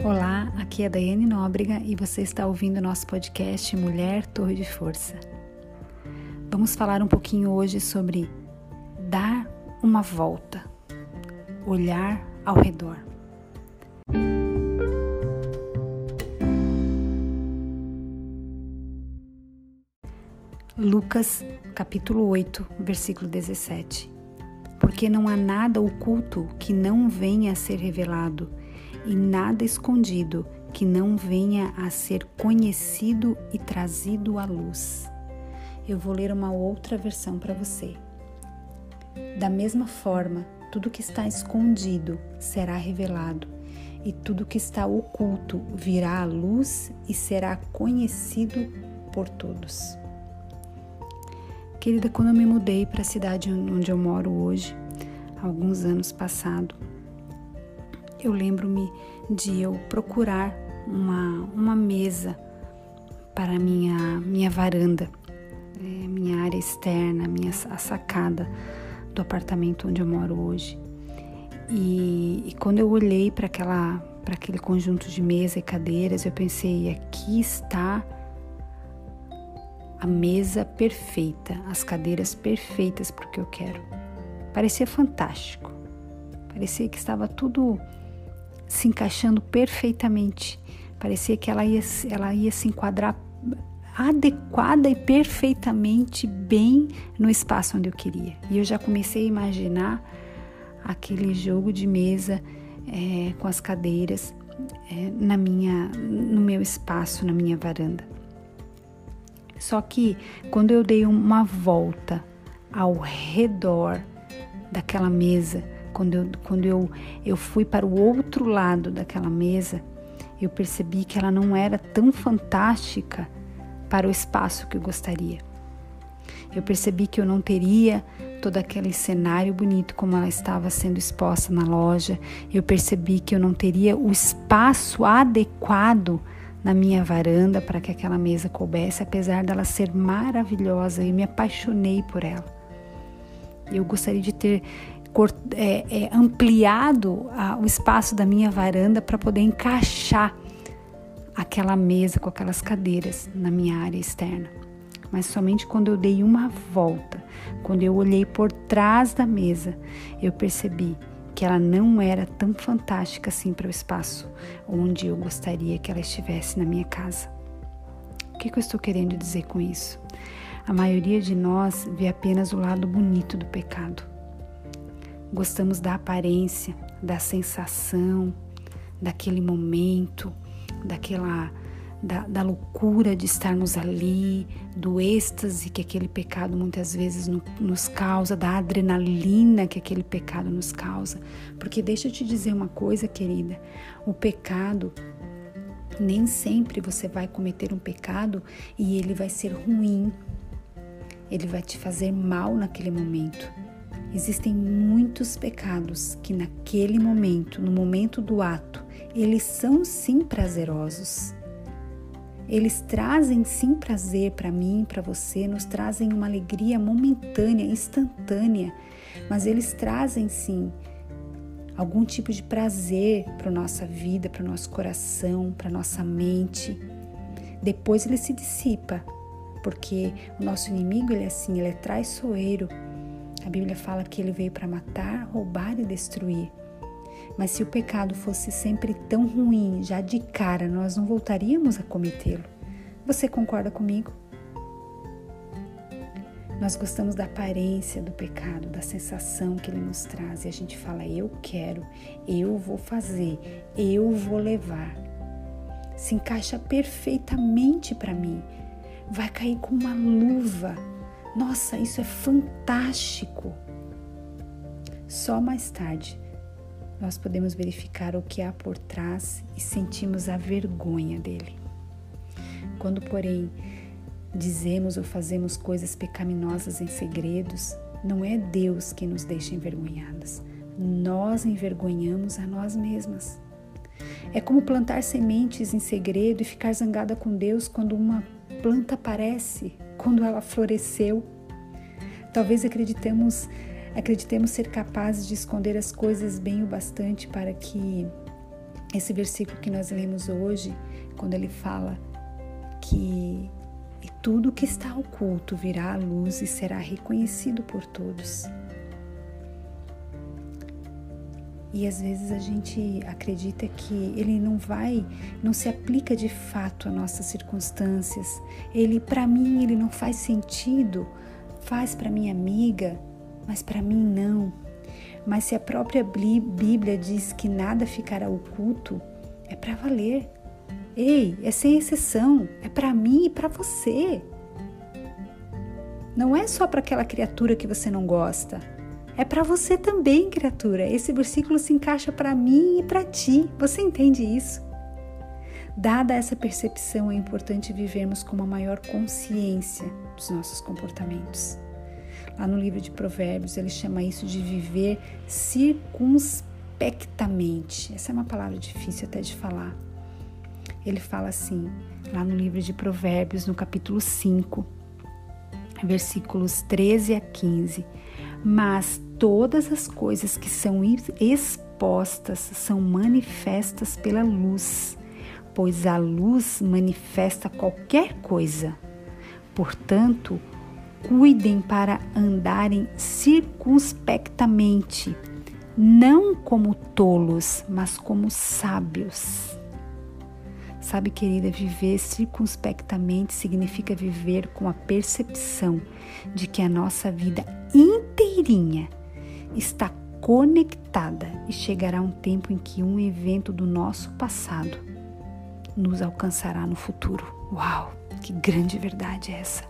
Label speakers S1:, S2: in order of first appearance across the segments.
S1: Olá, aqui é a Daiane Nóbrega e você está ouvindo nosso podcast Mulher Torre de Força. Vamos falar um pouquinho hoje sobre dar uma volta, olhar ao redor. Lucas, capítulo 8, versículo 17. Porque não há nada oculto que não venha a ser revelado, e nada escondido que não venha a ser conhecido e trazido à luz. Eu vou ler uma outra versão para você. Da mesma forma, tudo que está escondido será revelado, e tudo que está oculto virá à luz e será conhecido por todos. Querida, quando eu me mudei para a cidade onde eu moro hoje, há alguns anos passados, eu lembro-me de eu procurar uma mesa para a minha varanda, minha área externa, a sacada do apartamento onde eu moro hoje. E quando eu olhei para aquele conjunto de mesa e cadeiras, eu pensei, aqui está a mesa perfeita, as cadeiras perfeitas para o que eu quero. Parecia fantástico, parecia que estava tudo se encaixando perfeitamente, parecia que ela ia se enquadrar adequada e perfeitamente bem no espaço onde eu queria. E eu já comecei a imaginar aquele jogo de mesa com as cadeiras no meu espaço, na minha varanda. Só que quando eu dei uma volta ao redor daquela mesa, quando eu fui para o outro lado daquela mesa, eu percebi que ela não era tão fantástica para o espaço que eu gostaria. Eu percebi que eu não teria todo aquele cenário bonito como ela estava sendo exposta na loja. Eu percebi que eu não teria o espaço adequado na minha varanda para que aquela mesa coubesse, apesar dela ser maravilhosa. Eu me apaixonei por ela. Eu gostaria de ter ampliado o espaço da minha varanda para poder encaixar aquela mesa com aquelas cadeiras na minha área externa. Mas somente quando eu dei uma volta, quando eu olhei por trás da mesa, eu percebi que ela não era tão fantástica assim para o espaço onde eu gostaria que ela estivesse na minha casa. O que eu estou querendo dizer com isso? A maioria de nós vê apenas o lado bonito do pecado. Gostamos da aparência, da sensação, daquele momento, da loucura de estarmos ali, do êxtase que aquele pecado muitas vezes nos causa, da adrenalina que aquele pecado nos causa. Porque deixa eu te dizer uma coisa, querida, o pecado, nem sempre você vai cometer um pecado e ele vai ser ruim, ele vai te fazer mal naquele momento. Existem muitos pecados que naquele momento, no momento do ato, eles são sim prazerosos. Eles trazem sim prazer para mim, para você, nos trazem uma alegria momentânea, instantânea, mas eles trazem sim algum tipo de prazer para a nossa vida, para o nosso coração, para a nossa mente. Depois ele se dissipa, porque o nosso inimigo ele é traiçoeiro. A Bíblia fala que ele veio para matar, roubar e destruir. Mas se o pecado fosse sempre tão ruim, já de cara, nós não voltaríamos a cometê-lo. Você concorda comigo? Nós gostamos da aparência do pecado, da sensação que ele nos traz. E a gente fala, eu quero, eu vou fazer, eu vou levar. Se encaixa perfeitamente para mim. Vai cair com uma luva. Nossa, isso é fantástico! Só mais tarde nós podemos verificar o que há por trás e sentimos a vergonha dele. Quando, porém, dizemos ou fazemos coisas pecaminosas em segredos, não é Deus que nos deixa envergonhadas. Nós envergonhamos a nós mesmas. É como plantar sementes em segredo e ficar zangada com Deus quando uma planta aparece, quando ela floresceu. Talvez acreditemos ser capazes de esconder as coisas bem o bastante para que Esse versículo que nós lemos hoje, quando ele fala que e tudo que está oculto virá à luz e será reconhecido por todos. E às vezes a gente acredita que ele não se aplica de fato a nossas circunstâncias. Para mim, ele não faz sentido, faz para minha amiga, mas para mim não. Mas se a própria Bíblia diz que nada ficará oculto, é para valer. Ei, é sem exceção, é para mim e para você. Não é só para aquela criatura que você não gosta. É para você também, criatura. Esse versículo se encaixa para mim e para ti. Você entende isso? Dada essa percepção, é importante vivermos com uma maior consciência dos nossos comportamentos. Lá no livro de Provérbios, ele chama isso de viver circunspectamente. Essa é uma palavra difícil até de falar. Ele fala assim, lá no livro de Provérbios, no capítulo 5, versículos 13 a 15. Mas todas as coisas que são expostas são manifestas pela luz, pois a luz manifesta qualquer coisa. Portanto, cuidem para andarem circunspectamente, não como tolos, mas como sábios. Sabe, querida, viver circunspectamente significa viver com a percepção de que a nossa vida inteirinha está conectada e chegará um tempo em que um evento do nosso passado nos alcançará no futuro. Uau, que grande verdade é essa!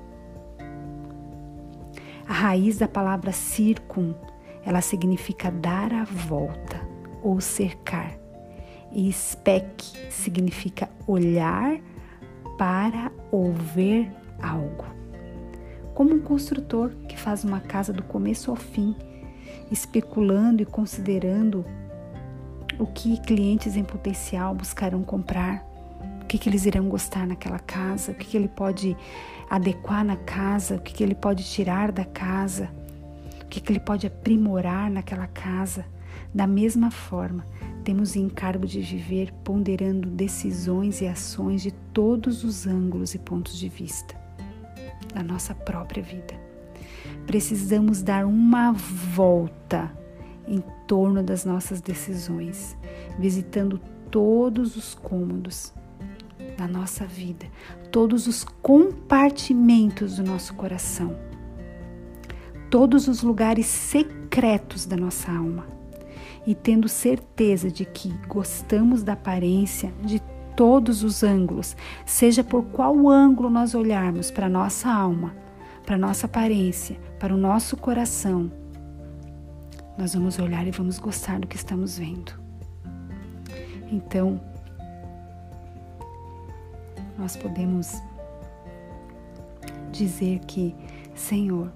S1: A raiz da palavra circum, ela significa dar a volta ou cercar. E spec significa olhar para ou ver algo. Como um construtor que faz uma casa do começo ao fim, especulando e considerando o que clientes em potencial buscarão comprar, o que eles irão gostar naquela casa, o que ele pode adequar na casa, o que ele pode tirar da casa, o que ele pode aprimorar naquela casa. Da mesma forma, temos o encargo de viver ponderando decisões e ações de todos os ângulos e pontos de vista da nossa própria vida. Precisamos dar uma volta em torno das nossas decisões, visitando todos os cômodos da nossa vida, todos os compartimentos do nosso coração, todos os lugares secretos da nossa alma, e tendo certeza de que gostamos da aparência de todos os ângulos, seja por qual ângulo nós olharmos para a nossa alma, para a nossa aparência, para o nosso coração, nós vamos olhar e vamos gostar do que estamos vendo. Então, nós podemos dizer que, Senhor,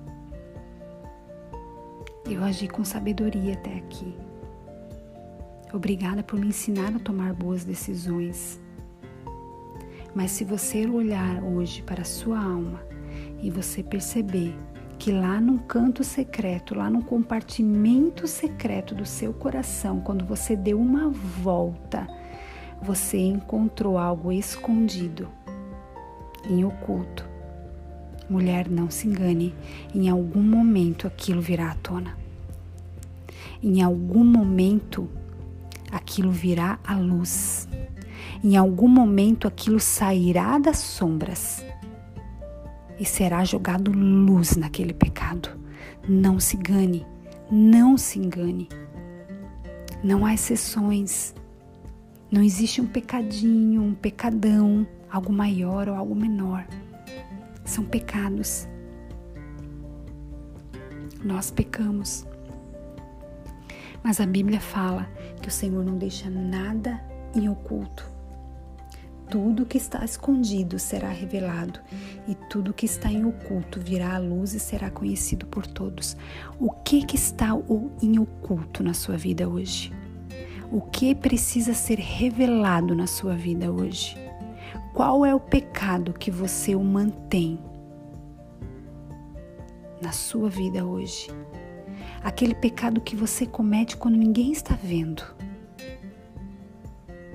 S1: eu agi com sabedoria até aqui. Obrigada por me ensinar a tomar boas decisões. Mas se você olhar hoje para a sua alma e você perceber que lá num canto secreto, lá num compartimento secreto do seu coração, quando você deu uma volta, você encontrou algo escondido, em oculto. Mulher, não se engane, em algum momento aquilo virá à tona. Em algum momento aquilo virá à luz. Em algum momento aquilo sairá das sombras e será jogado luz naquele pecado. Não se engane, não se engane. Não há exceções. Não existe um pecadinho, um pecadão, algo maior ou algo menor. São pecados. Nós pecamos. Mas a Bíblia fala que o Senhor não deixa nada em oculto. Tudo que está escondido será revelado e tudo que está em oculto virá à luz e será conhecido por todos. O que está em oculto na sua vida hoje? O que precisa ser revelado na sua vida hoje? Qual é o pecado que você o mantém na sua vida hoje? Aquele pecado que você comete quando ninguém está vendo.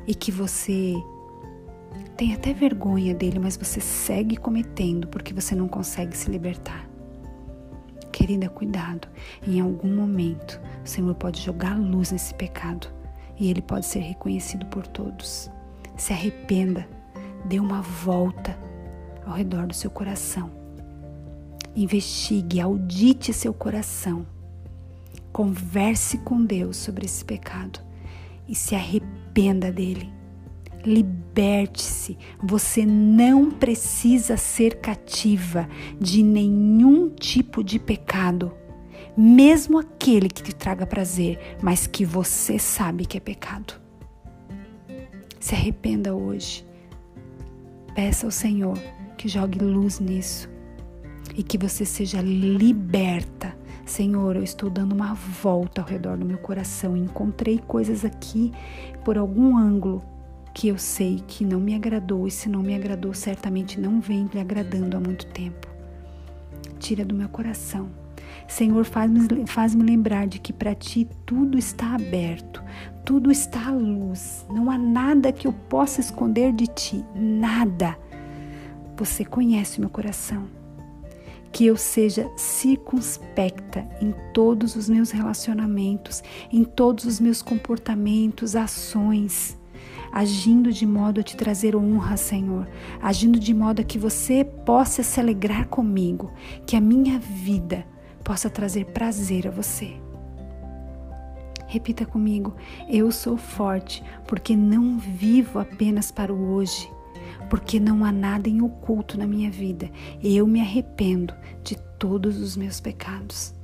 S1: e que você tem até vergonha dele, mas você segue cometendo porque você não consegue se libertar. Querida, cuidado. Em algum momento, o Senhor pode jogar luz nesse pecado e ele pode ser reconhecido por todos. Se arrependa, dê uma volta ao redor do seu coração. Investigue, audite seu coração. Converse com Deus sobre esse pecado e se arrependa dele. Liberte-se. Você não precisa ser cativa de nenhum tipo de pecado, mesmo aquele que te traga prazer, mas que você sabe que é pecado. Se arrependa hoje. Peça ao Senhor que jogue luz nisso e que você seja liberta. Senhor, eu estou dando uma volta ao redor do meu coração e encontrei coisas aqui por algum ângulo que eu sei que não me agradou, e se não me agradou, certamente não vem lhe agradando há muito tempo. Tira do meu coração. Senhor, faz-me lembrar de que para ti tudo está aberto, tudo está à luz, não há nada que eu possa esconder de ti, nada. Você conhece o meu coração. Que eu seja circunspecta em todos os meus relacionamentos, em todos os meus comportamentos, ações, agindo de modo a te trazer honra, Senhor, agindo de modo a que você possa se alegrar comigo, que a minha vida possa trazer prazer a você. Repita comigo: eu sou forte porque não vivo apenas para o hoje, porque não há nada em oculto na minha vida. Eu me arrependo de todos os meus pecados.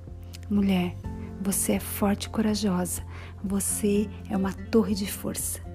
S1: Mulher, você é forte e corajosa. Você é uma torre de força.